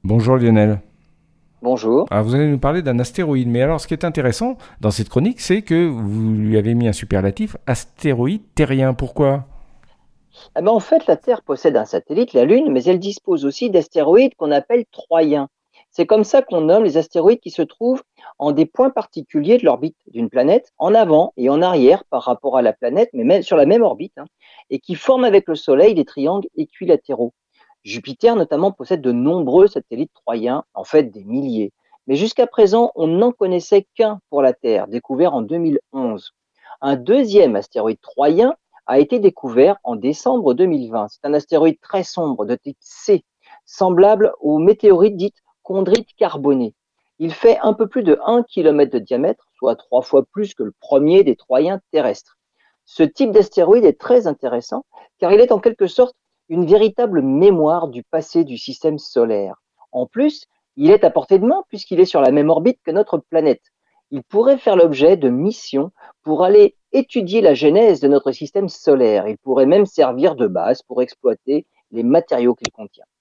Bonjour Lionel. Bonjour. Alors vous allez nous parler d'un astéroïde, mais alors ce qui est intéressant dans cette chronique, c'est que vous lui avez mis un superlatif astéroïde terrien. Pourquoi? En fait, la Terre possède un satellite, la Lune, mais elle dispose aussi d'astéroïdes qu'on appelle troyens. C'est comme ça qu'on nomme les astéroïdes qui se trouvent en des points particuliers de l'orbite d'une planète, en avant et en arrière par rapport à la planète, mais même sur la même orbite, et qui forment avec le Soleil des triangles équilatéraux. Jupiter, notamment, possède de nombreux satellites troyens, en fait des milliers. Mais jusqu'à présent, on n'en connaissait qu'un pour la Terre, découvert en 2011. Un deuxième astéroïde troyen a été découvert en décembre 2020. C'est un astéroïde très sombre de type C, semblable aux météorites dites chondrites carbonées. Il fait un peu plus de 1 km de diamètre, soit 3 fois plus que le premier des troyens terrestres. Ce type d'astéroïde est très intéressant car il est en quelque sorte une véritable mémoire du passé du système solaire. En plus, il est à portée de main puisqu'il est sur la même orbite que notre planète. Il pourrait faire l'objet de missions pour aller étudier la genèse de notre système solaire. Il pourrait même servir de base pour exploiter les matériaux qu'il contient.